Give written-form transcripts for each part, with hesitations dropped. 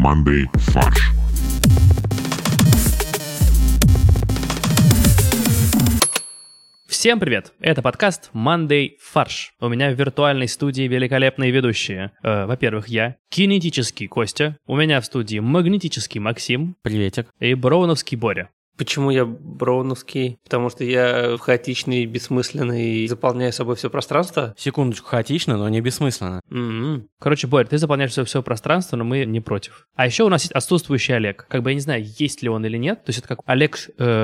Monday фарш. Всем привет! Это подкаст Monday фарш. У меня в виртуальной студии великолепные ведущие. Во-первых, я, кинетический Костя. У меня в студии магнетический Максим. Приветик. И броуновский Боря. Почему я броуновский? Потому что я хаотичный, бессмысленный и заполняю собой все пространство? Секундочку, хаотично, но не бессмысленно. Короче, Борь, ты заполняешь все пространство, но мы не против. А еще у нас есть отсутствующий Олег. Как бы я не знаю, есть ли он или нет. То есть это как Олег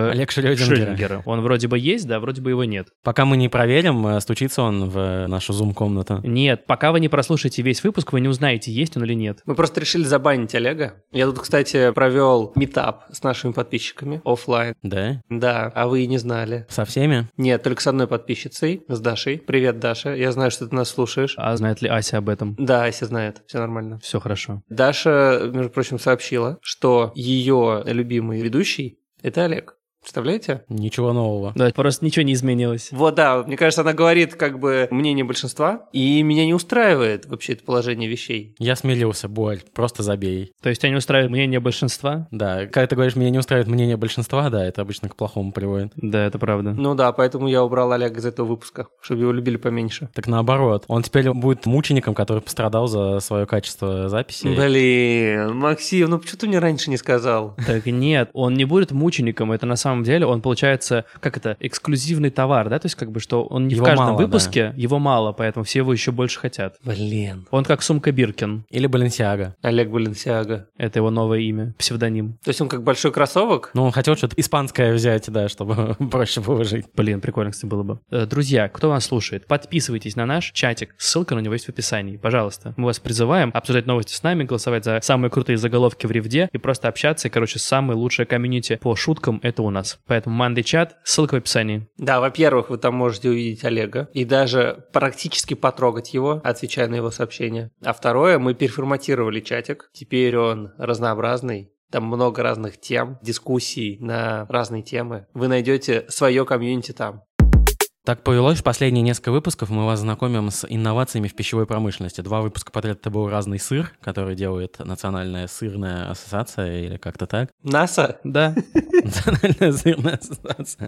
Шрёдингера. Он вроде бы есть, да, вроде бы его нет. Пока мы не проверим, стучится он в нашу зум-комнату. Нет, пока вы не прослушаете весь выпуск, вы не узнаете, есть он или нет. Мы просто решили забанить Олега. Я тут, кстати, провел митап с нашими подписчиками офлайн. Да? Да, а вы и не знали. Со всеми? Нет, только с одной подписчицей, с Дашей. Привет, Даша. Я знаю, что ты нас слушаешь. А знает ли Ася об этом? Да, Ася знает. Все нормально. Все хорошо. Даша, между прочим, сообщила, что ее любимый ведущий – это Олег. Представляете? Ничего нового. Да, просто ничего не изменилось. Вот, да, мне кажется, она говорит как бы мнение большинства, и меня не устраивает вообще это положение вещей. Я смирился, Борь, просто забей. То есть тебя не устраивает мнение большинства? Да, когда ты говоришь, меня не устраивает мнение большинства, да, это обычно к плохому приводит. Да, это правда. Ну да, поэтому я убрал Олега из этого выпуска, чтобы его любили поменьше. Так наоборот, он теперь будет мучеником, который пострадал за свое качество записи. Блин, Максим, ну почему ты мне раньше не сказал? Так нет, он не будет мучеником, это на самом деле он получается, как это, эксклюзивный товар, да, то есть как бы, что он не Его в каждом мало, выпуске, да. Его мало, поэтому все его еще больше хотят. Блин. Он как сумка Биркин. Или Баленсиага. Олег Баленсиага. Это его новое имя, псевдоним. То есть он как большой кроссовок? Ну, он хотел что-то испанское взять, да, чтобы проще было жить. Блин, прикольно, кстати, было бы. Друзья, кто нас слушает, подписывайтесь на наш чатик, ссылка на него есть в описании, пожалуйста. Мы вас призываем обсуждать новости с нами, голосовать за самые крутые заголовки в ревде и просто общаться, и, короче, самое лучшее комьюнити по шуткам это у нас. Поэтому Monday чат, ссылка в описании. Да, во-первых, вы там можете увидеть Олега и даже практически потрогать его, отвечая на его сообщения. А второе, мы переформатировали чатик. Теперь он разнообразный. Там много разных тем, дискуссий на разные темы. Вы найдете свое комьюнити там. Так повелось, в последние несколько выпусков мы вас знакомим с инновациями в пищевой промышленности. 2 выпуска подряд это был разный сыр, который делает Национальная сырная ассоциация или как-то так. НАСА? Да. Национальная сырная ассоциация.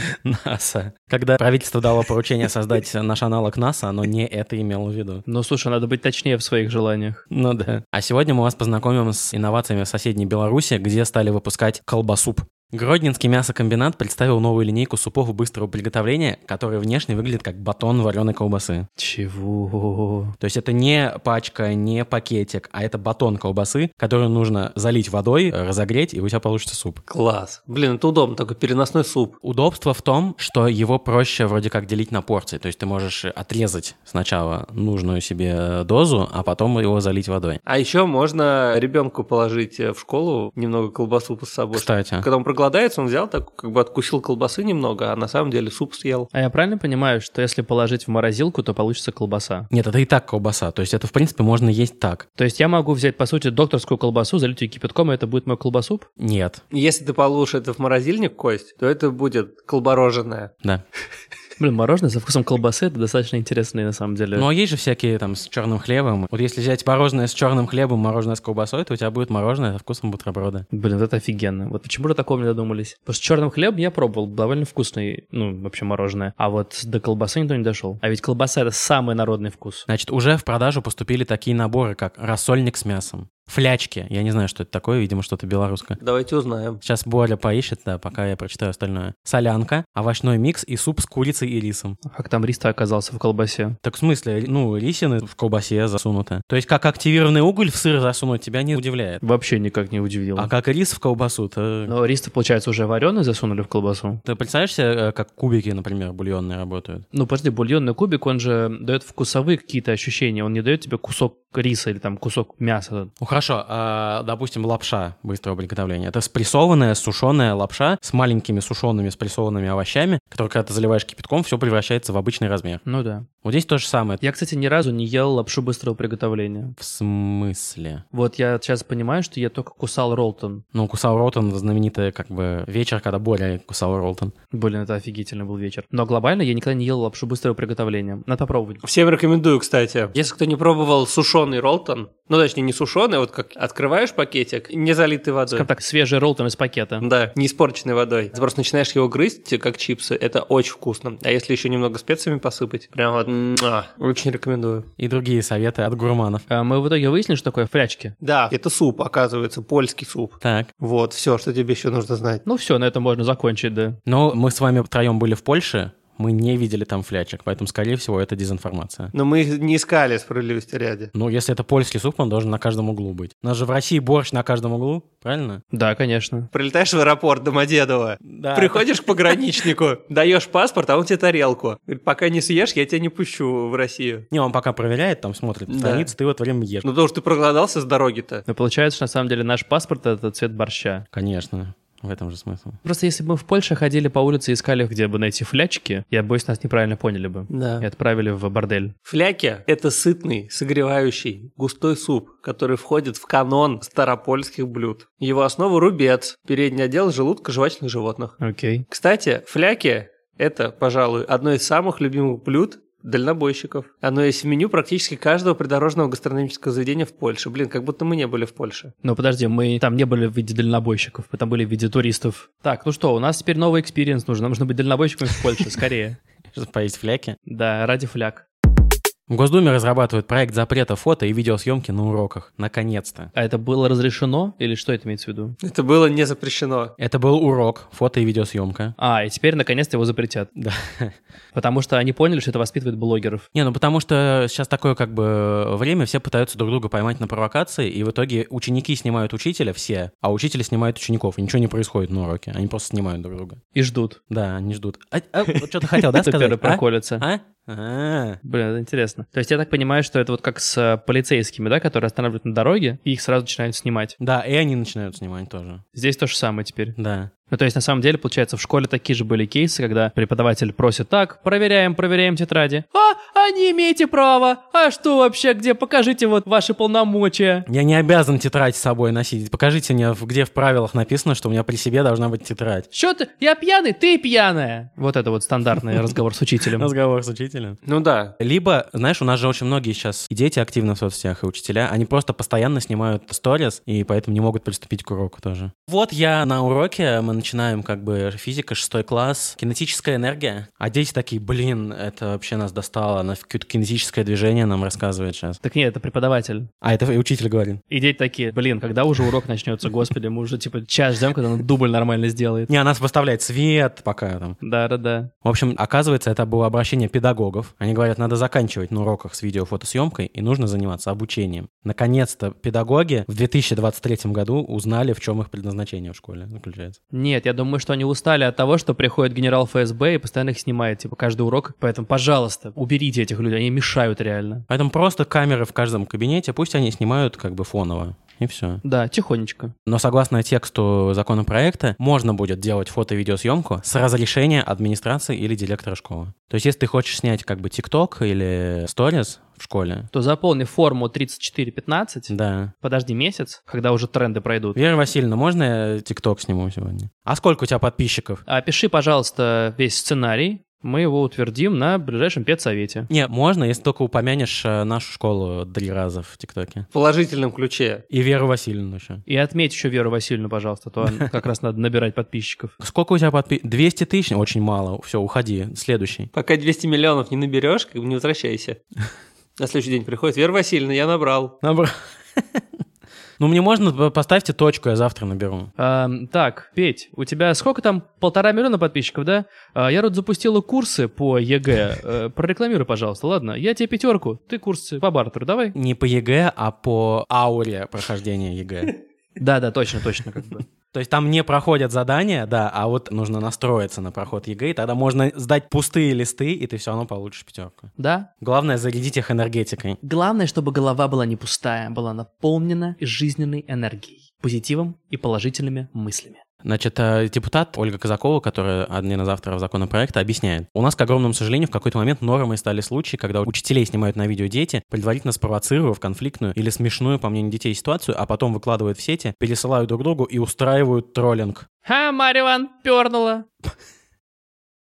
НАСА. Когда правительство дало поручение создать наш аналог НАСА, оно не это имело в виду. Ну, слушай, надо быть точнее в своих желаниях. Ну да. А сегодня мы вас познакомим с инновациями в соседней Беларуси, где стали выпускать колбасу. Гродненский мясокомбинат представил новую линейку супов быстрого приготовления, которые внешне выглядят как батон вареной колбасы. Чего? То есть это не пачка, не пакетик, а это батон колбасы, который нужно залить водой, разогреть, и у тебя получится суп. Класс. Блин, это удобно, такой переносной суп. Удобство в том, что его проще вроде как делить на порции. То есть ты можешь отрезать сначала нужную себе дозу, а потом его залить водой. А еще можно ребенку положить в школу немного колбасу с собой. Кстати. Когда он проголодается, он взял, так как бы откусил колбасы немного, а на самом деле суп съел. А я правильно понимаю, что если положить в морозилку, то получится колбаса? Нет, это и так колбаса. То есть это, в принципе, можно есть так. То есть я могу взять, по сути, докторскую колбасу, залить ее кипятком, и это будет мой колбасуп? Нет. Если ты положишь это в морозильник, Кость, то это будет колбороженое. Да. Блин, мороженое со вкусом колбасы — это достаточно интересно на самом деле. Ну, а есть же всякие там с черным хлебом. Вот если взять мороженое с черным хлебом, мороженое с колбасой, то у тебя будет мороженое со вкусом бутерброда. Блин, это офигенно. Вот почему же такого не додумались? Потому что черным хлебом я пробовал, довольно вкусный, ну, вообще мороженое. А вот до колбасы никто не дошел. А ведь колбаса — это самый народный вкус. Значит, уже в продажу поступили такие наборы, как рассольник с мясом. Флячки. Я не знаю, что это такое, видимо, что-то белорусское. Давайте узнаем. Сейчас Боря поищет, да, пока я прочитаю остальное. Солянка, овощной микс и суп с курицей и рисом. Как там рис-то оказался в колбасе? Так в смысле, ну, рисины в колбасе засунуты. То есть как активированный уголь в сыр засунуть тебя не удивляет. Вообще никак не удивило. А как рис в колбасу-то... Но рис-то, получается, уже вареный засунули в колбасу? Ты представляешь себе, как кубики, например, бульонные работают? Ну, подожди, бульонный кубик, он же дает вкусовые какие-то ощущения, он не дает тебе кусок риса или там кусок мяса. Ну хорошо, допустим, лапша быстрого приготовления. Это спрессованная, сушеная лапша с маленькими сушеными, спрессованными овощами, которые, когда ты заливаешь кипятком, все превращается в обычный размер. Ну да. Вот здесь то же самое. Я, кстати, ни разу не ел лапшу быстрого приготовления. В смысле? Вот я сейчас понимаю, что я только кусал роллтон. Ну, кусал роллтон, знаменитый как бы вечер, когда Боря кусал роллтон. Блин, это офигительный был вечер. Но глобально я никогда не ел лапшу быстрого приготовления. Надо попробовать. Всем рекомендую, кстати. Если кто не пробовал сушеный роллтон, Ну, точнее, не сушеный, вот как открываешь пакетик, не залитый водой. Скажем так, свежий ролл там из пакета. Да, не испорченной водой. Ты просто начинаешь его грызть, как чипсы, это очень вкусно. А если еще немного специями посыпать, прям вот, очень рекомендую. И другие советы от гурманов. Мы в итоге выяснили, что такое флячки. Да, это суп, оказывается, польский суп. Так. Вот, все, что тебе еще нужно знать. Ну все, на этом можно закончить, да. Но мы с вами втроем были в Польше, мы не видели там флячек, поэтому, скорее всего, это дезинформация. Но мы их не искали, справедливости ради. Ну, если это польский суп, он должен на каждом углу быть. У нас же в России борщ на каждом углу, правильно? Да, конечно. Прилетаешь в аэропорт Домодедово, Да. приходишь к пограничнику, даешь паспорт, а он тебе тарелку. Говорит, пока не съешь, я тебя не пущу в Россию. Не, он пока проверяет, там смотрит Да. страницы, ты в это время ешь. Ну, потому что ты проголодался с дороги-то. Но получается, что на самом деле наш паспорт — это цвет борща. Конечно, в этом же смысл. Просто если бы мы в Польше ходили по улице и искали, где бы найти флячки, я боюсь, нас неправильно поняли бы. Да. И отправили в бордель. Фляки – это сытный, согревающий, густой суп, который входит в канон старопольских блюд. Его основа – рубец, передний отдел желудка жевательных животных. Окей. Кстати, фляки – это, пожалуй, одно из самых любимых блюд дальнобойщиков. Оно есть в меню практически каждого придорожного гастрономического заведения в Польше. Блин, как будто мы не были в Польше. Но подожди, мы там не были в виде дальнобойщиков, мы там были в виде туристов. Так, ну что, у нас теперь новый экспириенс нужен. Нам нужно быть дальнобойщиками в Польше, скорее. Чтобы поесть фляки. Да, ради фляг. В Госдуме разрабатывают проект запрета фото и видеосъемки на уроках. Наконец-то. А это было разрешено? Или что это имеется в виду? Это было не запрещено. Это был урок, фото и видеосъемка. И теперь наконец-то его запретят. Да. Потому что они поняли, что это воспитывает блогеров. Не, ну потому что сейчас такое как бы время, все пытаются друг друга поймать на провокации, и в итоге ученики снимают учителя все, а учителя снимают учеников, и ничего не происходит на уроке, они просто снимают друг друга. И ждут. Да, они ждут. Вот что ты хотел, да, Кто сказать? первый проколется. А? Блин, это интересно. То есть я так понимаю, что это вот как с полицейскими, да, которые останавливают на дороге, и их сразу начинают снимать. Да, и они начинают снимать тоже. Здесь то же самое теперь. Да. Ну, то есть, на самом деле, получается, в школе такие же были кейсы, когда преподаватель просит: так, проверяем тетради. Не имеете права. А что вообще, где? Покажите вот ваши полномочия. Я не обязан тетрадь с собой носить. Покажите мне, где в правилах написано, что у меня при себе должна быть тетрадь. Что ты? Я пьяный, ты пьяная. Вот это вот стандартный разговор с учителем. Разговор с учителем. Ну да. Либо, знаешь, у нас же очень многие сейчас и дети активны в соцсетях, и учителя, они просто постоянно снимают сторис, и поэтому не могут приступить к уроку тоже. Вот я на уроке, мы начинаем как бы физика, 6 класс, кинетическая энергия, а дети такие: блин, это вообще нас достало, она какое-то кинетическое движение нам рассказывает сейчас. Так нет, это преподаватель. А это и учитель говорит. И дети такие: блин, когда уже урок начнется, господи, мы уже типа час ждем, когда он дубль нормально сделает. Не, она выставляет свет пока там. Да. В общем, оказывается, это было обращение педагогов. Они говорят, надо заканчивать на уроках с видео-фотосъемкой и нужно заниматься обучением. Наконец-то педагоги в 2023 году узнали, в чем их предназначение в школе заключается. Нет, я думаю, что они устали от того, что приходит генерал ФСБ и постоянно их снимает, типа, каждый урок. Поэтому, пожалуйста, уберите этих людей, они мешают реально. Поэтому просто камеры в каждом кабинете, пусть они снимают как бы фоново. И все. Да, тихонечко. Но согласно тексту законопроекта, можно будет делать фото- и видеосъемку с разрешения администрации или директора школы. То есть, если ты хочешь снять как бы ТикТок или сторис в школе, То заполни форму 3415. да. Подожди месяц, когда уже тренды пройдут. Вера Васильевна, можно я ТикТок сниму сегодня? А сколько у тебя подписчиков? Опиши, пожалуйста, весь сценарий. Мы его утвердим на ближайшем педсовете. Не, можно, если только упомянешь нашу школу 3 раза в ТикТоке. В положительном ключе. И Веру Васильевну еще. И отметь еще Веру Васильевну, пожалуйста, то как раз надо набирать подписчиков. Сколько у тебя подписчиков? 200 тысяч? Очень мало. Все, уходи. Следующий. Пока 200 миллионов не наберешь, как бы не возвращайся. На следующий день приходит: Вера Васильевна, я набрал. Ну, мне можно, поставьте точку, я завтра наберу. Так, Петь, у тебя сколько там? 1,5 миллиона подписчиков, да? Я тут запустила курсы по ЕГЭ. Прорекламируй, пожалуйста, ладно? Я тебе 5, ты курсы по бартеру, давай. Не по ЕГЭ, а по ауре прохождения ЕГЭ. Да, точно, как бы. То есть там не проходят задания, да, а вот нужно настроиться на проход ЕГЭ, и тогда можно сдать пустые листы, и ты все равно получишь 5. Да? Главное зарядить их энергетикой. Главное, чтобы голова была не пустая, была наполнена жизненной энергией, позитивом и положительными мыслями. Значит, депутат Ольга Казакова, которая один из авторов законопроекта, объясняет. У нас, к огромному сожалению, в какой-то момент нормой стали случаи, когда учителей снимают на видео дети, предварительно спровоцировав конфликтную или смешную, по мнению детей, ситуацию, а потом выкладывают в сети, пересылают друг другу и устраивают троллинг. Марья Ивановна пернула.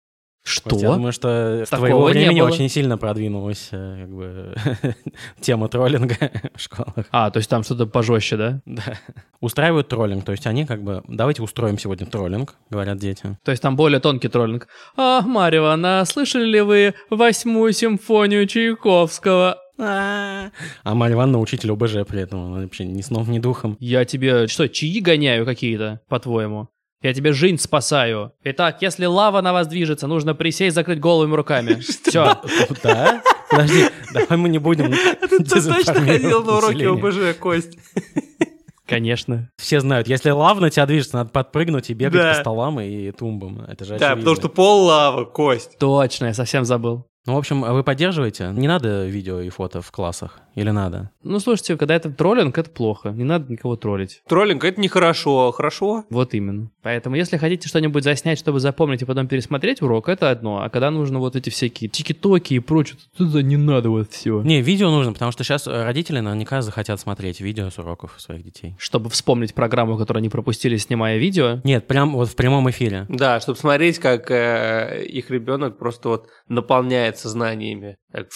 Что? Вот я думаю, что с Такого твоего не времени было. очень сильно продвинулась как бы тема троллинга в школах. То есть там что-то пожестче, да? Да. Устраивают троллинг, то есть они как бы, давайте устроим сегодня троллинг, говорят дети. То есть там более тонкий троллинг. Марья Ивановна, слышали ли вы 8-ю симфонию Чайковского? А Марья Ивановна учитель ОБЖ при этом, она вообще ни сном, ни духом. Я тебе что, чаи гоняю какие-то, по-твоему? Я тебе жизнь спасаю. Итак, если лава на вас движется, нужно присесть, закрыть голыми руками. Все. Да? Подожди, давай мы не будем Ты точно ходил на уроки населения. ОБЖ, Кость? Конечно. Все знают, если лава на тебя движется, надо подпрыгнуть и бегать Да. по столам и тумбам. Это же Да, очевидно. потому что пол лава, Кость. Точно, я совсем забыл. Ну, в общем, вы поддерживаете? Не надо видео и фото в классах? Или надо? Ну, слушайте, когда это троллинг, это плохо. Не надо никого троллить. Троллинг — это нехорошо, хорошо? Вот именно. Поэтому, если хотите что-нибудь заснять, чтобы запомнить и потом пересмотреть урок, это одно. А когда нужно вот эти всякие тики-токи и прочее, то туда не надо вот все. Не, видео нужно, потому что сейчас родители наверняка захотят смотреть видео с уроков своих детей. Чтобы вспомнить программу, которую они пропустили, снимая видео. Нет, прям вот в прямом эфире. Да, чтобы смотреть, как их ребенок просто вот наполняется знаниями. Так,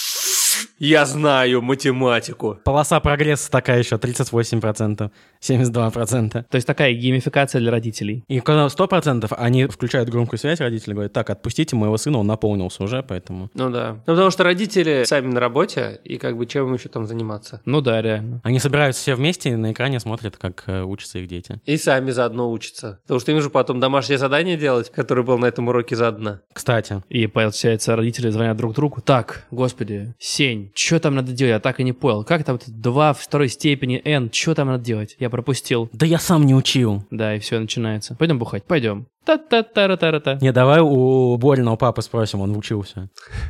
я знаю математику. Полоса прогресса такая еще, 38%, 72%. То есть такая геймификация для родителей. И когда 100%, они включают громкую связь, родители говорят, так, отпустите моего сына, он наполнился уже, поэтому... Ну да. Ну потому что родители сами на работе, и как бы чем им еще там заниматься? Ну да, реально. Они собираются все вместе и на экране смотрят, как учатся их дети. И сами заодно учатся. Потому что им же потом домашнее задание делать, которое было на этом уроке задано. Кстати, И, получается, родители звонят друг другу. Так, господи, Сень, что там надо делать? Я так и не понял. Как там 2 в второй степени n? Что там надо делать? Я пропустил. да я сам не учил. Да, и все начинается. Пойдем бухать? Пойдем. Та-та-та-ра-та-ра-та. Не, давай у Бориного папы спросим, он учился.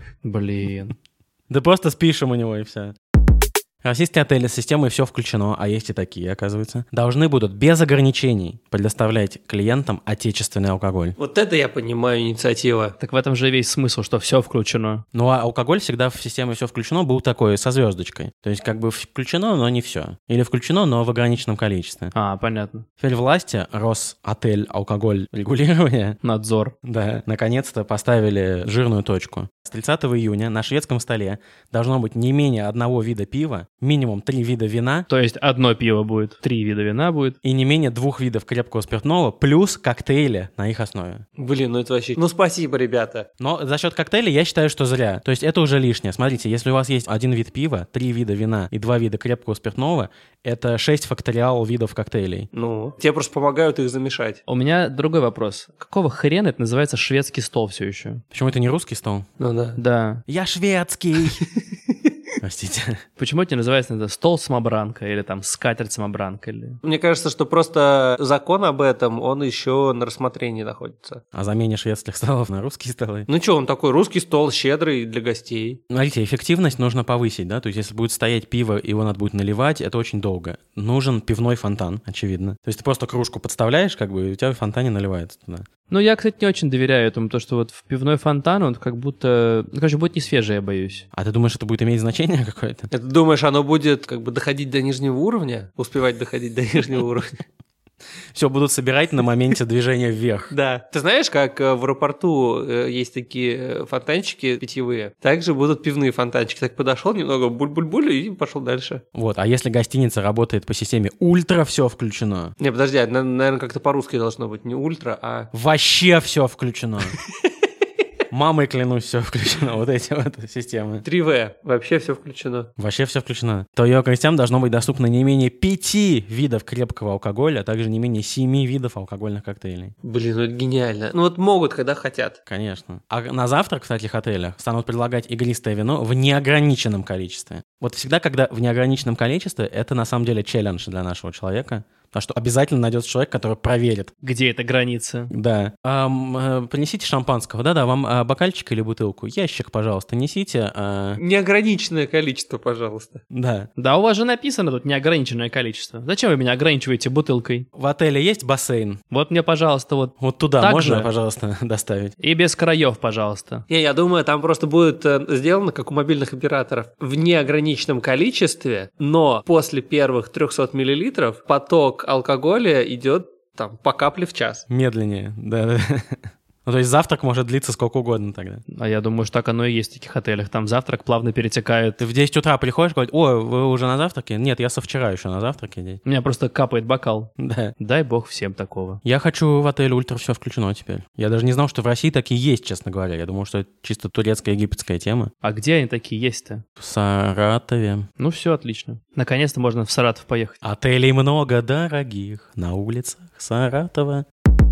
Блин. Да просто спишем у него и все. Российские отели с системой «Все включено», а есть и такие, оказывается, должны будут без ограничений предоставлять клиентам отечественный алкоголь. Вот это я понимаю инициатива. Так в этом же весь смысл, что все включено. Ну а алкоголь всегда в системе «Все включено» был такой, со звездочкой. То есть как бы включено, но не все. Или включено, но в ограниченном количестве. Понятно. Теперь власти, Росотель, алкоголь, регулирование, Надзор. да, наконец-то поставили жирную точку. С 30 июня на шведском столе должно быть не менее одного вида пива, минимум 3 вида вина То есть одно пиво будет, 3 вида вина будет. и не менее 2 видов крепкого спиртного, плюс коктейли на их основе. Блин, ну это вообще... Ну спасибо, ребята. Но за счет коктейлей я считаю, что зря. То есть это уже лишнее. Смотрите, если у вас есть 1 вид пива, 3 вида вина и 2 вида крепкого спиртного, это 6 факториал видов коктейлей. Ну, тебе просто помогают их замешать. У меня другой вопрос. Какого хрена это называется шведский стол все еще? Почему это не русский стол? Ну да. Да. Я шведский! Простите. Почему это не называется стол-самобранка или там скатерть-самобранка? Или... Мне кажется, что просто закон об этом, он еще на рассмотрении находится. О замене шведских столов на русские столы. Ну что, он такой русский стол, щедрый для гостей. Смотрите, эффективность нужно повысить, да, то есть если будет стоять пиво, его надо будет наливать, это очень долго. Нужен пивной фонтан, очевидно. То есть ты просто кружку подставляешь, как бы, и у тебя в фонтане наливается туда. Ну, я, кстати, не очень доверяю этому, то, что вот в пивной фонтан он как будто... Ну, короче, будет не свежий, я боюсь. А ты думаешь, это будет иметь значение какое-то? Ты думаешь, оно будет как бы доходить до нижнего уровня? Успевать доходить до нижнего уровня? Все будут собирать на моменте движения вверх. Да. Ты знаешь, как в аэропорту есть такие фонтанчики питьевые? Также будут пивные фонтанчики. Так подошел немного, буль-буль-буль, и пошел дальше. Вот, а если гостиница работает по системе ультра все включено, Не, подожди, наверное, как-то по-русски должно быть. Не ультра, а... вообще все включено. Мамой клянусь, все включено. Вот эти вот системы. 3В. Вообще все включено. Вообще все включено. То ее гостям должно быть доступно не менее 5 видов крепкого алкоголя, а также не менее 7 видов алкогольных коктейлей. Блин, ну это гениально. Ну вот могут, когда хотят. Конечно. А на завтрак в таких отелях станут предлагать игристое вино в неограниченном количестве. Вот всегда, когда в неограниченном количестве, это на самом деле челлендж для нашего человека. Потому что обязательно найдется человек, который проверит. Где эта граница? Да. Принесите шампанского. Да-да, вам бокальчик или бутылку? Ящик, пожалуйста, несите. Неограниченное количество, пожалуйста. Да. Да, у вас же написано тут неограниченное количество. Зачем вы меня ограничиваете бутылкой? В отеле есть бассейн? Вот мне, пожалуйста, вот Вот туда так можно, же? пожалуйста, доставить? И без краев, пожалуйста. Я думаю, там просто будет сделано, как у мобильных операторов, в неограниченном количестве, но после первых 300 мл поток алкоголя идет там по капле в час. Медленнее, да. Ну, то есть завтрак может длиться сколько угодно тогда. А я думаю, что так оно и есть в таких отелях. Там завтрак плавно перетекает. Ты в 10 утра приходишь, говоришь, о, вы уже на завтраке? Нет, я со вчера еще на завтраке. У меня просто капает бокал. Да. Дай бог всем такого. Я хочу в отель ультра все включено теперь. Я даже не знал, что в России такие есть, честно говоря. Я думал, что это чисто турецкая, египетская тема. А где они такие есть-то? В Саратове. Ну все, отлично. Наконец-то можно в Саратов поехать. Отелей много дорогих на улицах Саратова.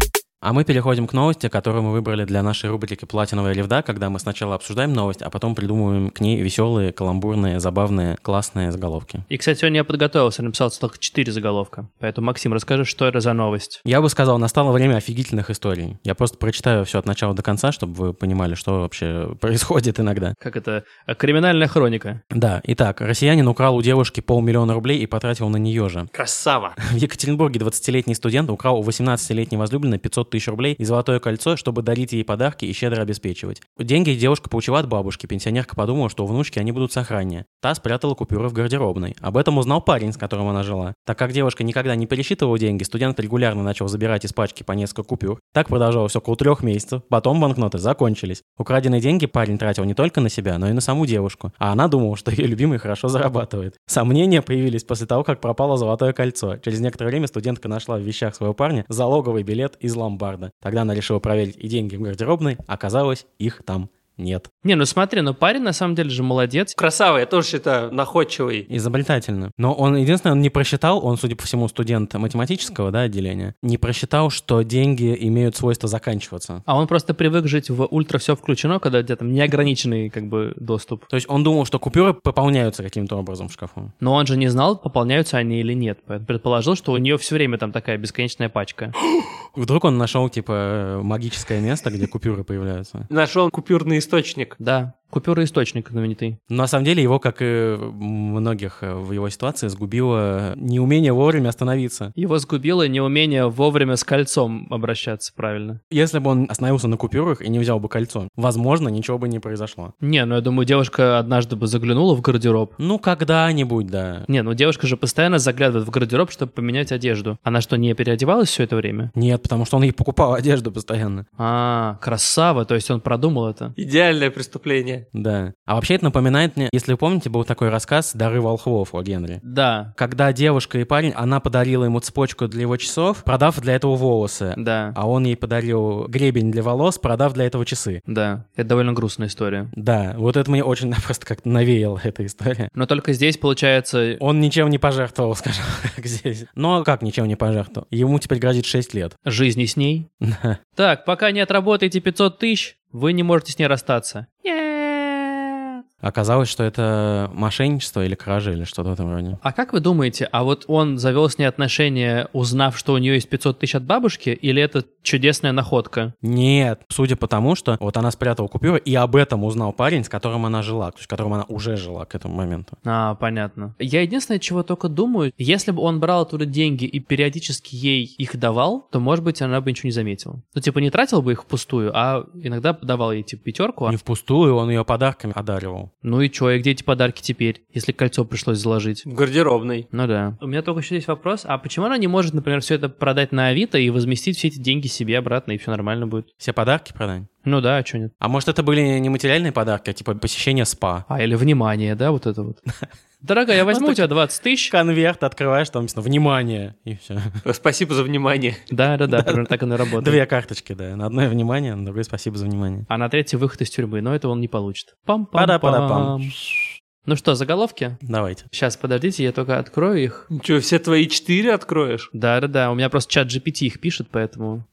А мы переходим к новости, которую мы выбрали для нашей рубрики «Платиновая левда», когда мы сначала обсуждаем новость, а потом придумываем к ней веселые, каламбурные, забавные, классные заголовки. И, кстати, сегодня я подготовился, написал только 4 заголовка. Поэтому, Максим, расскажи, что это за новость? Я бы сказал, настало время офигительных историй. Я просто прочитаю все от начала до конца, чтобы вы понимали, что вообще происходит иногда. Как это? Криминальная хроника. Да, итак, россиянин украл у девушки 500 000 рублей и потратил на нее же. Красава. В Екатеринбурге 20-летний студент украл у 18-летней возлюбленной 500 000 рублей и золотое кольцо, чтобы дарить ей подарки и щедро обеспечивать. Деньги девушка получила от бабушки. Пенсионерка подумала, что у внучки они будут сохраннее. Та спрятала купюры в гардеробной. Об этом узнал парень, с которым она жила. Так как девушка никогда не пересчитывала деньги, студент регулярно начал забирать из пачки по несколько купюр. Так продолжалось около 3 месяцев. Потом банкноты закончились. Украденные деньги парень тратил не только на себя, но и на саму девушку. А она думала, что ее любимый хорошо зарабатывает. Сомнения появились после того, как пропало золотое кольцо. Через некоторое время студентка нашла в вещах своего парня залоговый билет из ломбарда. Тогда она решила проверить и деньги в гардеробной, оказалось, их там нет. Не, ну смотри, но парень на самом деле же молодец. Красава, я тоже считаю, находчивый. Изобретательно. Но он, единственное, он не просчитал, он, судя по всему, студент математического, да, отделения, не просчитал, что деньги имеют свойство заканчиваться. А он просто привык жить в ультра все включено, когда где-то там неограниченный как бы доступ. То есть он думал, что купюры пополняются каким-то образом в шкафу. Но он же не знал, пополняются они или нет. Поэтому предположил, что у нее все время там такая бесконечная пачка. Вдруг он нашел, типа, магическое место, где купюры появляются. Нашел купюрный источник. Да, купюра-источник знаменитый. Но на самом деле его, как и многих в его ситуации, сгубило неумение вовремя остановиться. Его сгубило неумение вовремя с кольцом обращаться правильно. Если бы он остановился на купюрах и не взял бы кольцо, возможно, ничего бы не произошло. Не, ну я думаю, девушка однажды бы заглянула в гардероб. Ну, когда-нибудь, да. Не, ну девушка же постоянно заглядывает в гардероб, чтобы поменять одежду. Она что, не переодевалась все это время? Нет, потому что он ей покупал одежду постоянно. А, красава, то есть он продумал это. Идеальное преступление. Да. А вообще это напоминает мне, если вы помните, был такой рассказ «Дары волхвов» о Генри. Да, Когда девушка и парень, она подарила ему цепочку для его часов, продав для этого волосы. да, А он ей подарил гребень для волос, продав для этого часы. да. Это довольно грустная история. Да, вот это мне очень просто как-то навеяло эта история. Но только здесь, получается... Он ничем не пожертвовал, скажем так, здесь. Но как ничем не пожертвовал? Ему теперь грозит 6 лет. Жизни с ней. Так, пока не отработаете 500 000, вы не можете с ней расстаться. Нет. Оказалось, что это мошенничество или кража, или что-то в этом роде. А как вы думаете, а вот он завел с ней отношения, узнав, что у нее есть 500 000 от бабушки, или это чудесная находка? Нет, судя по тому, что вот она спрятала купюры, и об этом узнал парень, с которым она жила, то есть с которым она уже жила к этому моменту. А, понятно. Я единственное, чего только думаю, если бы он брал оттуда деньги и периодически ей их давал, то, может быть, она бы ничего не заметила. Ну, типа, не тратил бы их впустую, а иногда давал ей, типа, 5. Не впустую, он ее подарками одаривал. Ну и чё, и где эти подарки теперь, если кольцо пришлось заложить? В гардеробной. Ну да. У меня только еще есть вопрос, а почему она не может, например, все это продать на Авито и возместить все эти деньги себе обратно, и все нормально будет? Все подарки продать? Ну да, а чё нет? А может, это были не материальные подарки, а типа посещение спа? А, или внимание, да, вот это вот. Дорогая, я возьму у тебя 20 000. Конверт открываешь, там написано «Внимание», и все. Спасибо за внимание. Да, примерно так оно и работает. 2 карточки, да. На одной «Внимание», на другой «Спасибо за внимание». А на 3-й выход из тюрьмы, но это он не получит. Пада-пада-пам. Пам-пам-пам. Ну что, заголовки? Давайте. Сейчас, подождите, я только открою их. Че, все твои 4 откроешь? Да, у меня просто чат GPT их пишет, поэтому...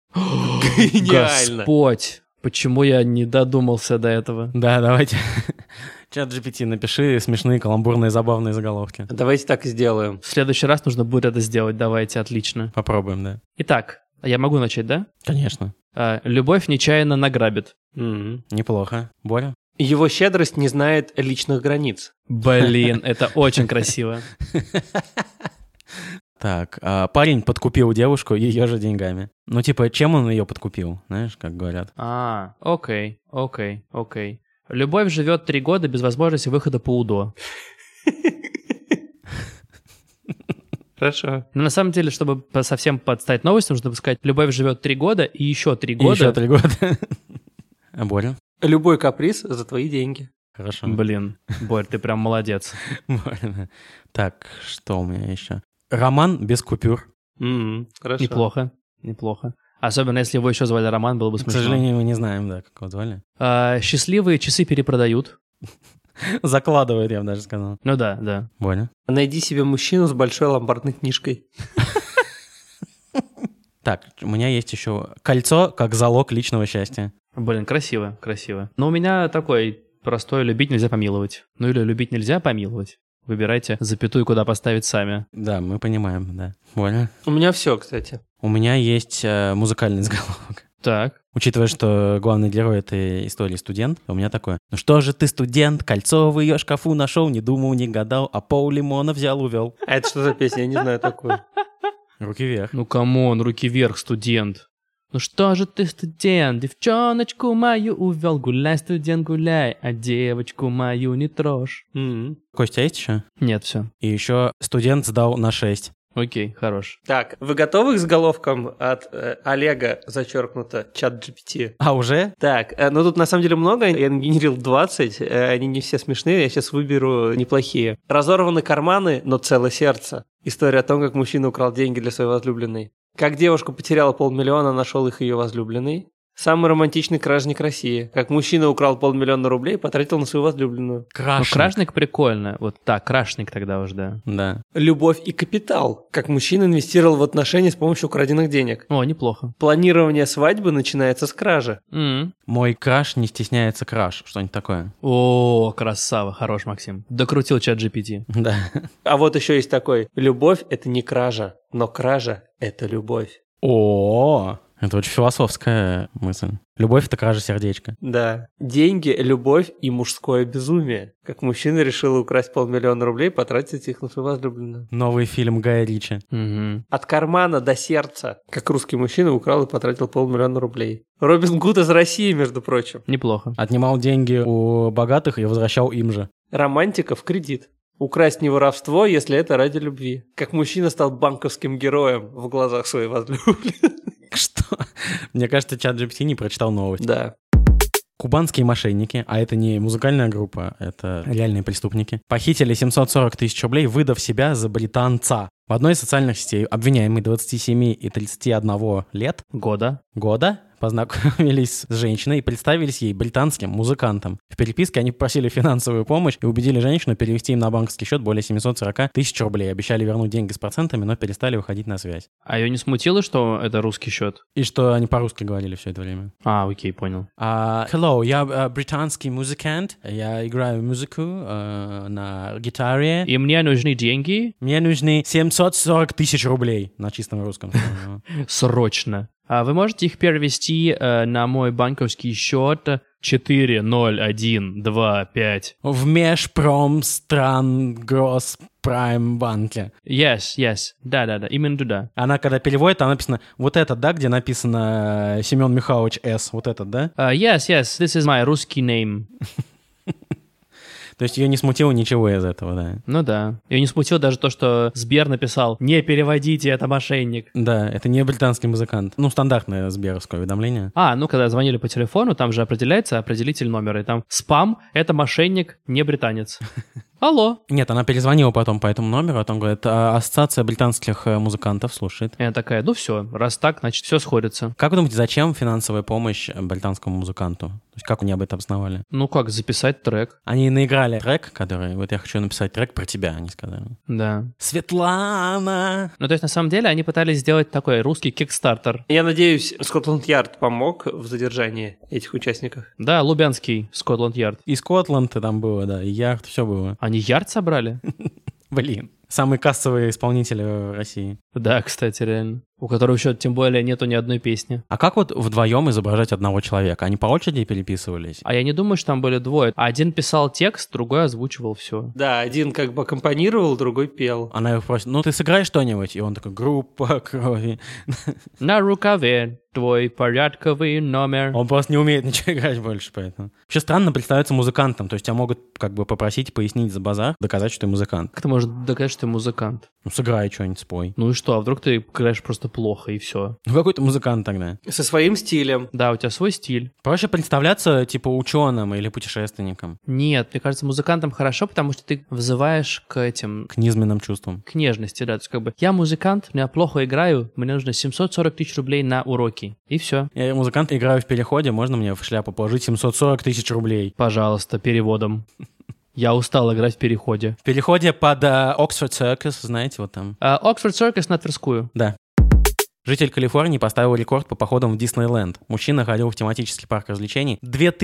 Гениально. Господь, почему я не додумался до этого? Да, давайте. Чат GPT, напиши смешные, каламбурные, забавные заголовки. Давайте так и сделаем. В следующий раз нужно будет это сделать, давайте, отлично. Попробуем, да. Итак, я могу начать, да? Конечно. Любовь нечаянно награбит. Неплохо. Боря? Его щедрость не знает личных границ. Блин, это очень красиво. Так, парень подкупил девушку ее же деньгами. Ну, типа, чем он ее подкупил, знаешь, как говорят. Окей. Любовь живет 3 года без возможности выхода по УДО. Хорошо. Но на самом деле, чтобы совсем подстать новость, нужно сказать, любовь живет 3 года и еще 3 И года. еще 3 года. А Боря? Любой каприз за твои деньги. Хорошо. Блин, Борь, ты прям молодец. Боря. Так, что у меня еще? Роман без купюр. Хорошо. Неплохо. Особенно, если его еще звали Роман, было бы К смешно. сожалению, мы не знаем, да, как его звали. Счастливые часы перепродают. Закладывает, я бы даже сказал. Ну да. Боря? Найди себе мужчину с большой ломбардной книжкой. Так, у меня есть еще кольцо как залог личного счастья. Блин, красиво. Но у меня такой простой «любить нельзя помиловать». Ну или «любить нельзя помиловать». Выбирайте запятую, куда поставить сами. Да, мы понимаем, да. Боря? У меня все, кстати. У меня есть музыкальный заголовок. Так. Учитывая, что главный герой этой истории студент, у меня такое. Ну что же ты, студент, кольцо в ее шкафу нашел, не думал, не гадал, а пол лимона взял, увел. А это что за песня? Я не знаю такую. Руки вверх. Ну камон, руки вверх, студент. Ну что же ты, студент, девчоночку мою увел, гуляй, студент, гуляй, а девочку мою не трожь. Костя, есть еще? Нет, все. И еще студент сдал на 6. Окей, хорош. Так, вы готовы к заголовкам от Олега, зачеркнуто, чат GPT? А уже? Так, ну тут на самом деле много, я нагенерил 20, они не все смешные, я сейчас выберу неплохие. Разорваны карманы, но целое сердце. История о том, как мужчина украл деньги для своей возлюбленной. Как девушка потеряла 500 000, нашел их ее возлюбленный. Самый романтичный кражник России. Как мужчина украл 500 000 рублей и потратил на свою возлюбленную. Ну, кражник прикольно. Вот так, крашник тогда уж, да. Да. Любовь и капитал. Как мужчина инвестировал в отношения с помощью украденных денег. О, неплохо. Планирование свадьбы начинается с кражи. Мой краш не стесняется краш. Что-нибудь такое. О, красава. Хорош, Максим. Докрутил чат GPT. Да. А вот еще есть такой. Любовь – это не кража, но кража – это любовь. О, это очень философская мысль. Любовь — это кража сердечка. Да. Деньги, любовь и мужское безумие. Как мужчина решил украсть 500 000 рублей, потратить их на свою возлюбленную. Новый фильм Гая Ричи. От кармана до сердца. Как русский мужчина украл и потратил 500 000 рублей. Робин Гуд из России, между прочим. Неплохо. Отнимал деньги у богатых и возвращал им же. Романтика в кредит. Украсть не воровство, если это ради любви. Как мужчина стал банковским героем в глазах своей возлюбленной. Что? Мне кажется, чат GPT не прочитал новость. Да. Кубанские мошенники, а это не музыкальная группа, это реальные преступники, похитили 740 000 рублей, выдав себя за британца. В одной из социальных сетей обвиняемый 27 и 31 лет года познакомились с женщиной и представились ей британским музыкантом. В переписке они попросили финансовую помощь и убедили женщину перевести им на банковский счет более 740 000 рублей. Обещали вернуть деньги с процентами, но перестали выходить на связь. А ее не смутило, что это русский счет? И что они по-русски говорили все это время. А, окей, понял. Hello, я британский музыкант. Я играю музыку на гитаре. И мне нужны деньги? Мне нужны 740 000 рублей на чистом русском. Срочно. А вы можете их перевести на мой банковский счет 40125? В Межпромстрангроспраймбанке. Yes. Да, именно туда. Она когда переводит, там написано вот этот, да, где написано Семен Михайлович С. Вот этот, да? Yes, this is my русский name. То есть ее не смутило ничего из этого, да? Ну да. Ее не смутило даже то, что Сбер написал «Не переводите, это мошенник». Да, это не британский музыкант. Ну, стандартное сберовское уведомление. Когда звонили по телефону, там же определяется определитель номера, и там спам — это мошенник, не британец. Алло. Нет, она перезвонила потом по этому номеру, а там говорит, ассоциация британских музыкантов слушает. И она такая, ну все, раз так, значит, все сходится. Как вы думаете, зачем финансовая помощь британскому музыканту? То есть как они об этом обосновали? Ну как, записать трек. Они наиграли трек, который, вот я хочу написать трек про тебя, они сказали. Да. Светлана! Ну то есть на самом деле они пытались сделать такой русский кикстартер. Я надеюсь, Скотланд-Ярд помог в задержании этих участников. Да, Лубянский, Скотланд-Ярд. И Скотланд там было, да, и Ярд, все было. Они Ярд собрали? Блин. Самые кассовые исполнители в России. Да, кстати, реально. У которого еще, тем более, нету ни одной песни. А как вот вдвоем изображать одного человека? Они по очереди переписывались? А я не думаю, что там были двое. Один писал текст, другой озвучивал все. Да, один как бы аккомпанировал, другой пел. Она его просит, ну ты сыграй что-нибудь? И он такой, группа крови. На рукаве твой порядковый номер. Он просто не умеет ничего играть больше, поэтому. Вообще странно представиться музыкантом. То есть тебя могут как бы попросить пояснить за базар, доказать, что ты музыкант. Как ты можешь доказать, что что ты музыкант. Ну, сыграй что-нибудь, спой. Ну и что, а вдруг ты играешь просто плохо, и все? Ну, какой ты музыкант тогда? Со своим стилем. Да, у тебя свой стиль. Проще представляться, типа, ученым или путешественником. Нет, мне кажется, музыкантам хорошо, потому что ты взываешь к этим... К низменным чувствам. К нежности, да. То есть, как бы, я музыкант, я плохо играю, мне нужно 740 тысяч рублей на уроки. И все. Я музыкант, играю в переходе, можно мне в шляпу положить 740 тысяч рублей? Пожалуйста, переводом. Я устал играть в переходе. В переходе под Oxford Circus, знаете, вот там. Oxford Circus на Тверскую. Да. Житель Калифорнии поставил рекорд по походам в Диснейленд. Мужчина ходил в тематический парк развлечений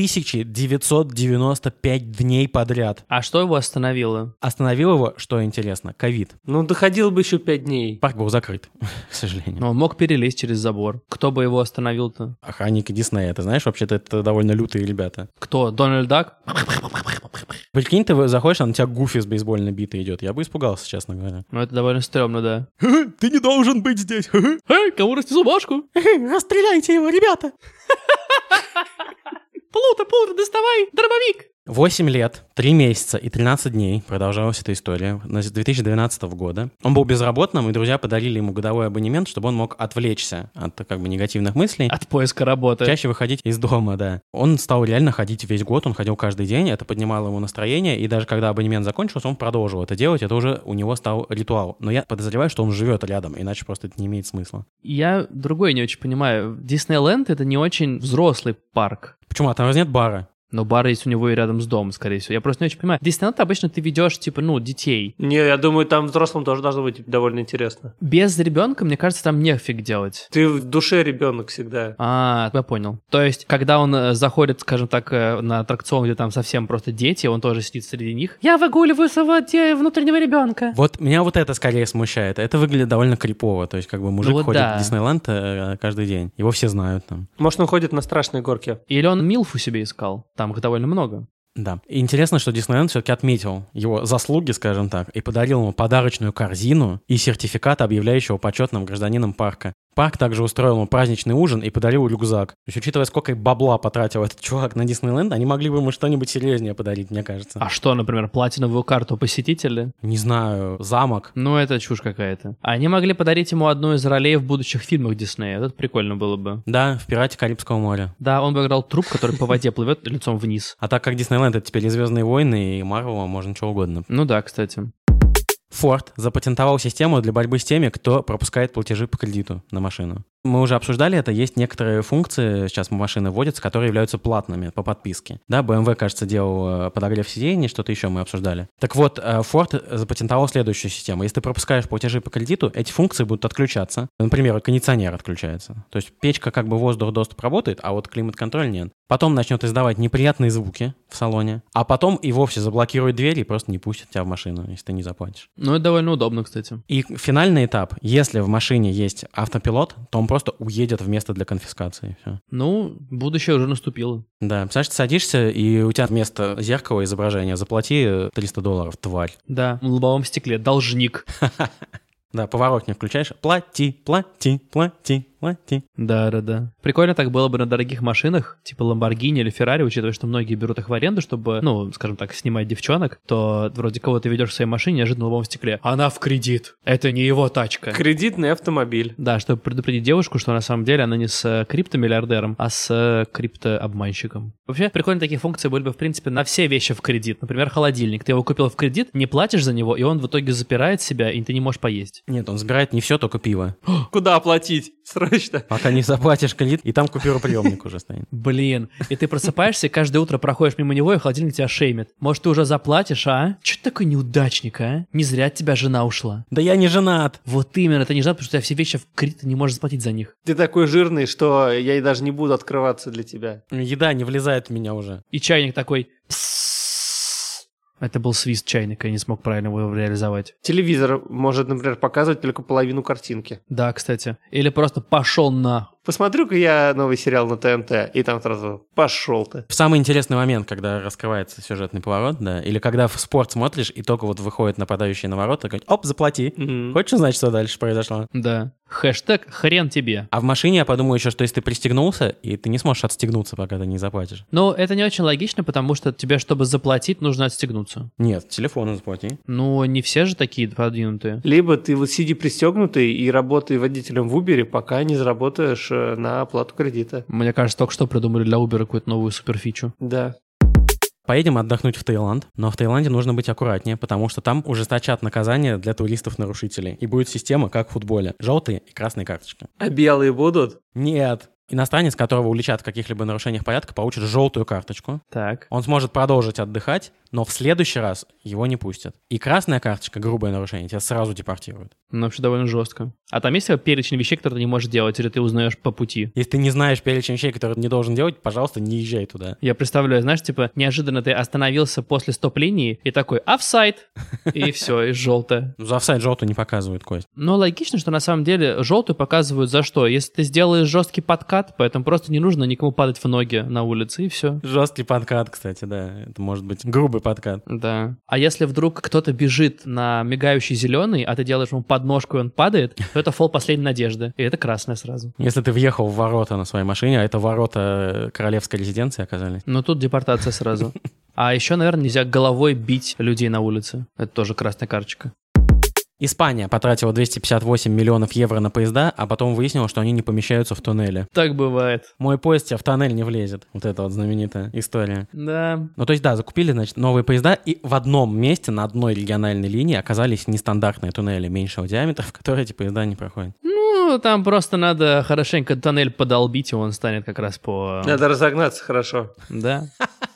2995 дней подряд. А что его остановило? Остановил его, что интересно, ковид. Ну, доходил бы еще 5 дней. Парк был закрыт, к сожалению. Но он мог перелезть через забор. Кто бы его остановил-то? Охранники Диснея, ты знаешь, вообще-то это довольно лютые ребята. Кто? Дональд Дак? Прикинь, ты заходишь, а на тебя Гуфи с бейсбольной битой идет. Я бы испугался, честно говоря. Ну, это довольно стрёмно, да. Ты не должен быть здесь. Эй, кому растязу башку? Расстреляйте его, ребята. Плута, доставай дробовик! 8 лет, 3 месяца и 13 дней продолжалась эта история с 2012 года. Он был безработным, и друзья подарили ему годовой абонемент, чтобы он мог отвлечься от как бы негативных мыслей. От поиска работы. Чаще выходить из дома, да. Он стал реально ходить весь год, он ходил каждый день, это поднимало ему настроение, и даже когда абонемент закончился, он продолжил это делать, это уже у него стал ритуал. Но я подозреваю, что он живет рядом, иначе просто это не имеет смысла. Я другое не очень понимаю. Диснейленд — это не очень взрослый парк. Почему? А там разве нет бара? Но бар есть у него и рядом с домом, скорее всего. Я просто не очень понимаю. Диснейленд обычно ты ведешь, типа, детей. Не, я думаю, там взрослым тоже должно быть довольно интересно. Без ребенка, мне кажется, там нефиг делать. Ты в душе ребенок всегда. Я понял. То есть, когда он заходит, скажем так, на аттракцион, где там совсем просто дети, он тоже сидит среди них. Я выгуливаю своего внутреннего ребенка. Вот меня вот это скорее смущает. Это выглядит довольно крипово. То есть, как бы мужик ходит да. в Диснейленд каждый день. Его все знают там. Может, он ходит на страшные горки. Или он Милфу себе искал. Там их довольно много. Да. И интересно, что Диснейленд все-таки отметил его заслуги, скажем так, и подарил ему подарочную корзину и сертификат, объявляющего почетным гражданином парка. Парк также устроил ему праздничный ужин и подарил рюкзак. То есть, учитывая, сколько бабла потратил этот чувак на Диснейленд, они могли бы ему что-нибудь серьезнее подарить, мне кажется. А что, например, платиновую карту посетителя? Не знаю, замок. Ну, это чушь какая-то. Они могли подарить ему одну из ролей в будущих фильмах Диснея. Это прикольно было бы. Да, в «Пирате Карибского моря». Да, он бы играл труп, который по воде плывет лицом вниз. А так как Диснейленд — это теперь и «Звездные войны», и Марвел, можно что угодно. Ну да, кстати. Ford запатентовал систему для борьбы с теми, кто пропускает платежи по кредиту на машину. Мы уже обсуждали это, есть некоторые функции, сейчас машины вводятся, которые являются платными по подписке. Да, BMW, кажется, делал подогрев сидений, что-то еще мы обсуждали. Так вот, Ford запатентовал следующую систему. Если ты пропускаешь платежи по кредиту, эти функции будут отключаться. Например, кондиционер отключается. То есть печка, как бы воздух, доступ работает, а вот климат-контроль нет. Потом начнет издавать неприятные звуки в салоне, а потом и вовсе заблокирует двери и просто не пустит тебя в машину, если ты не заплатишь. Ну, это довольно удобно, кстати. И финальный этап. Если в машине есть автопилот, то он просто уедет в место для конфискации. Все. Ну, будущее уже наступило. Да, представляешь, ты садишься, и у тебя вместо зеркала изображения заплати $300, тварь. Да, в лобовом стекле должник. Да, поворотник включаешь, плати, плати, плати, плати. Да. Прикольно так было бы на дорогих машинах, типа Lamborghini или Ferrari, учитывая, что многие берут их в аренду, чтобы, скажем так, снимать девчонок, то вроде кого ты ведешь в своей машине, неожиданно в лобовом стекле. Она в кредит. Это не его тачка. Кредитный автомобиль. Да, чтобы предупредить девушку, что на самом деле она не с криптомиллиардером, а с криптообманщиком. Вообще, прикольно такие функции были бы, в принципе, на все вещи в кредит. Например, холодильник. Ты его купил в кредит, не платишь за него, и он в итоге запирает себя, и ты не можешь поесть. Нет, он забирает не все, только пиво. Куда оплатить? Срочно. Пока не заплатишь кредит, и там купюроприемник уже стоит. Блин, и ты просыпаешься, и каждое утро проходишь мимо него, и холодильник тебя шеймит. Может, ты уже заплатишь, а? Чё ты такой неудачник, а? Не зря от тебя жена ушла. Да я не женат. Вот именно, ты не женат, потому что у тебя все вещи в кредит, ты не можешь заплатить за них. Ты такой жирный, что я и даже не буду открываться для тебя. Еда не влезает в меня уже. И чайник такой... Это был свист чайника, я не смог правильно его реализовать. Телевизор может, например, показывать только половину картинки. Да, кстати. Или просто пошел на... посмотрю-ка я новый сериал на ТНТ, и там сразу пошел ты. В самый интересный момент, когда раскрывается сюжетный поворот, да, или когда в спорт смотришь, и только вот выходит нападающий на ворота, говорит, оп, заплати. Хочешь узнать, что дальше произошло? Да. Хэштег «Хрен тебе». А в машине я подумаю еще, что если ты пристегнулся, и ты не сможешь отстегнуться, пока ты не заплатишь. Но это не очень логично, потому что тебе, чтобы заплатить, нужно отстегнуться. Нет, телефону заплати. Ну, не все же такие продвинутые. Либо ты вот сиди пристегнутый и работай водителем в Uber, пока не заработаешь на оплату кредита. Мне кажется, только что придумали для Uber какую-то новую суперфичу. Да. Поедем отдохнуть в Таиланд, но в Таиланде нужно быть аккуратнее, потому что там ужесточат наказания для туристов-нарушителей. И будет система, как в футболе. Желтые и красные карточки. А белые будут? Нет. Иностранец, которого уличат в каких-либо нарушениях порядка, получит желтую карточку. Так. Он сможет продолжить отдыхать, но в следующий раз его не пустят. И красная карточка, грубое нарушение, тебя сразу депортируют. Ну, вообще довольно жестко. А там есть перечень вещей, которые ты не можешь делать, или ты узнаешь по пути? Если ты не знаешь перечень вещей, которые ты не должен делать, пожалуйста, не езжай туда. Я представляю, знаешь, типа, неожиданно ты остановился после стоп-линии и такой «офсайд!» и все, и желтое. За офсайд желтую не показывают, Кость. Но логично, что на самом деле желтую показывают за что? Если ты сделаешь жесткий подкат, поэтому просто не нужно никому падать в ноги на улице, и все. Жесткий подкат, кстати, да. Это может быть грубый подкат. Да. А если вдруг кто-то бежит на мигающий зеленый, а ты делаешь ему подножку, и он падает, то это фол последней надежды. И это красное сразу. Если ты въехал в ворота на своей машине, а это ворота королевской резиденции оказались. Ну тут депортация сразу. А еще, наверное, нельзя головой бить людей на улице. Это тоже красная карточка. Испания потратила 258 миллионов евро на поезда, а потом выяснила, что они не помещаются в туннеле. Так бывает. Мой поезд тебя в тоннель не влезет. Вот это вот знаменитая история. Да. Ну, то есть, да, закупили, значит, новые поезда, и в одном месте, на одной региональной линии оказались нестандартные туннели меньшего диаметра, в которые эти поезда не проходят. Ну, там просто надо хорошенько тоннель подолбить, и он станет как раз по... Надо разогнаться хорошо. Да.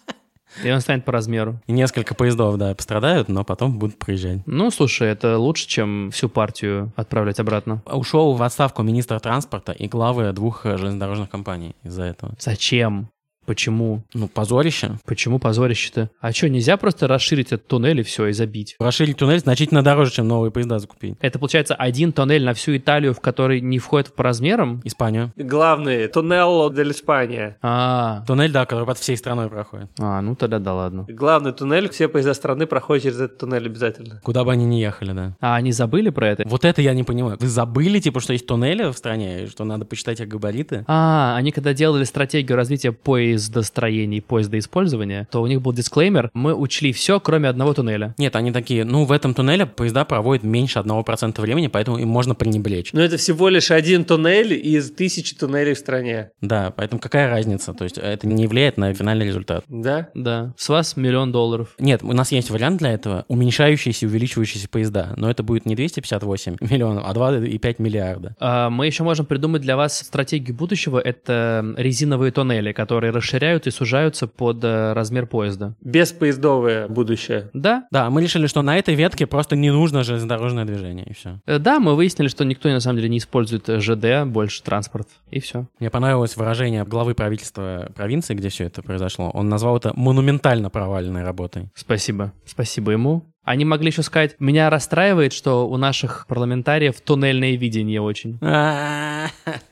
И он станет по размеру. И несколько поездов, да, пострадают, но потом будут проезжать. Ну, слушай, это лучше, чем всю партию отправлять обратно. Ушел в отставку министр транспорта и главы 2 железнодорожных компаний из-за этого. Зачем? Почему? Ну, позорище. Почему позорище-то? А что, нельзя просто расширить этот туннель и все, и забить? Расширить туннель значительно дороже, чем новые поезда закупить. Это, получается, один туннель на всю Италию, в который не входит по размерам? Испанию. Главный, туннель дель Испания. Туннель, да, который под всей страной проходит. Ну тогда да, ладно. Главный туннель, все поезда страны проходят через этот туннель обязательно. Куда бы они ни ехали, да. А они забыли про это? Вот это я не понимаю. Вы забыли, типа, что есть туннели в стране, и что надо посчитать их габариты? Они когда делали стратегию развития поездостроения и поездоиспользования, то у них был дисклеймер: мы учли все, кроме одного туннеля. Нет, они такие, в этом туннеле поезда проводят меньше 1% времени, поэтому им можно пренебречь. Но это всего лишь один туннель из 1000 туннелей в стране. Да, поэтому какая разница? То есть это не влияет на финальный результат. Да? Да. С вас $1 миллион. Нет, у нас есть вариант для этого. Уменьшающиеся и увеличивающиеся поезда. Но это будет не 258 миллионов, а 2,5 миллиарда. Мы еще можем придумать для вас стратегию будущего. Это резиновые туннели, которые расширяют и сужаются под размер поезда. Беспоездовое будущее. Да? Да, мы решили, что на этой ветке просто не нужно железнодорожное движение, и все. Да, мы выяснили, что никто на самом деле не использует ЖД, больше транспорт, и все. Мне понравилось выражение главы правительства провинции, где все это произошло. Он назвал это монументально проваленной работой. Спасибо. Спасибо ему. Они могли еще сказать: меня расстраивает, что у наших парламентариев туннельное видение очень. Да.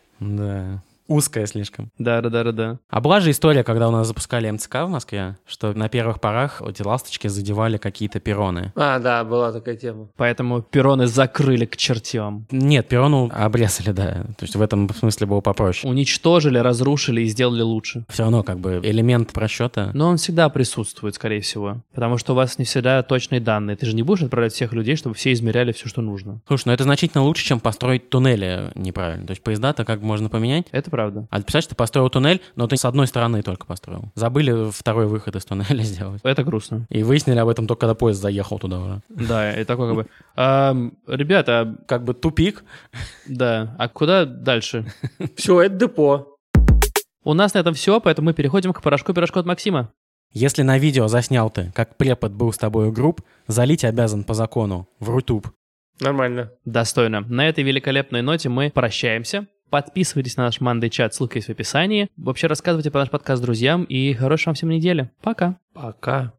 Узкая слишком. Да. А была же история, когда у нас запускали МЦК в Москве, что на первых порах эти ласточки задевали какие-то перроны. Да, была такая тема. Поэтому перроны закрыли к чертям. Нет, перрону обрезали, да. То есть в этом смысле было попроще. Уничтожили, разрушили и сделали лучше. Все равно как бы элемент просчета. Но он всегда присутствует, скорее всего. Потому что у вас не всегда точные данные. Ты же не будешь отправлять всех людей, чтобы все измеряли все, что нужно. Слушай, это значительно лучше, чем построить туннели неправильно. То есть поезда-то как бы можно поменять. Это правда. А представляешь, ты построил туннель, но ты с одной стороны только построил. Забыли второй выход из туннеля сделать. Это грустно. И выяснили об этом только когда поезд заехал туда уже. Да, и такой как бы... Ребята... Как бы тупик. Да, а куда дальше? Все, это депо. У нас на этом все, поэтому мы переходим к порошку-пирожку от Максима. Если на видео заснял ты, как препод был с тобой в групп, залить обязан по закону в Рутуб. Нормально. Достойно. На этой великолепной ноте мы прощаемся. Подписывайтесь на наш Monday-чат, ссылка есть в описании. Вообще рассказывайте про наш подкаст друзьям и хорошей вам всем недели. Пока. Пока.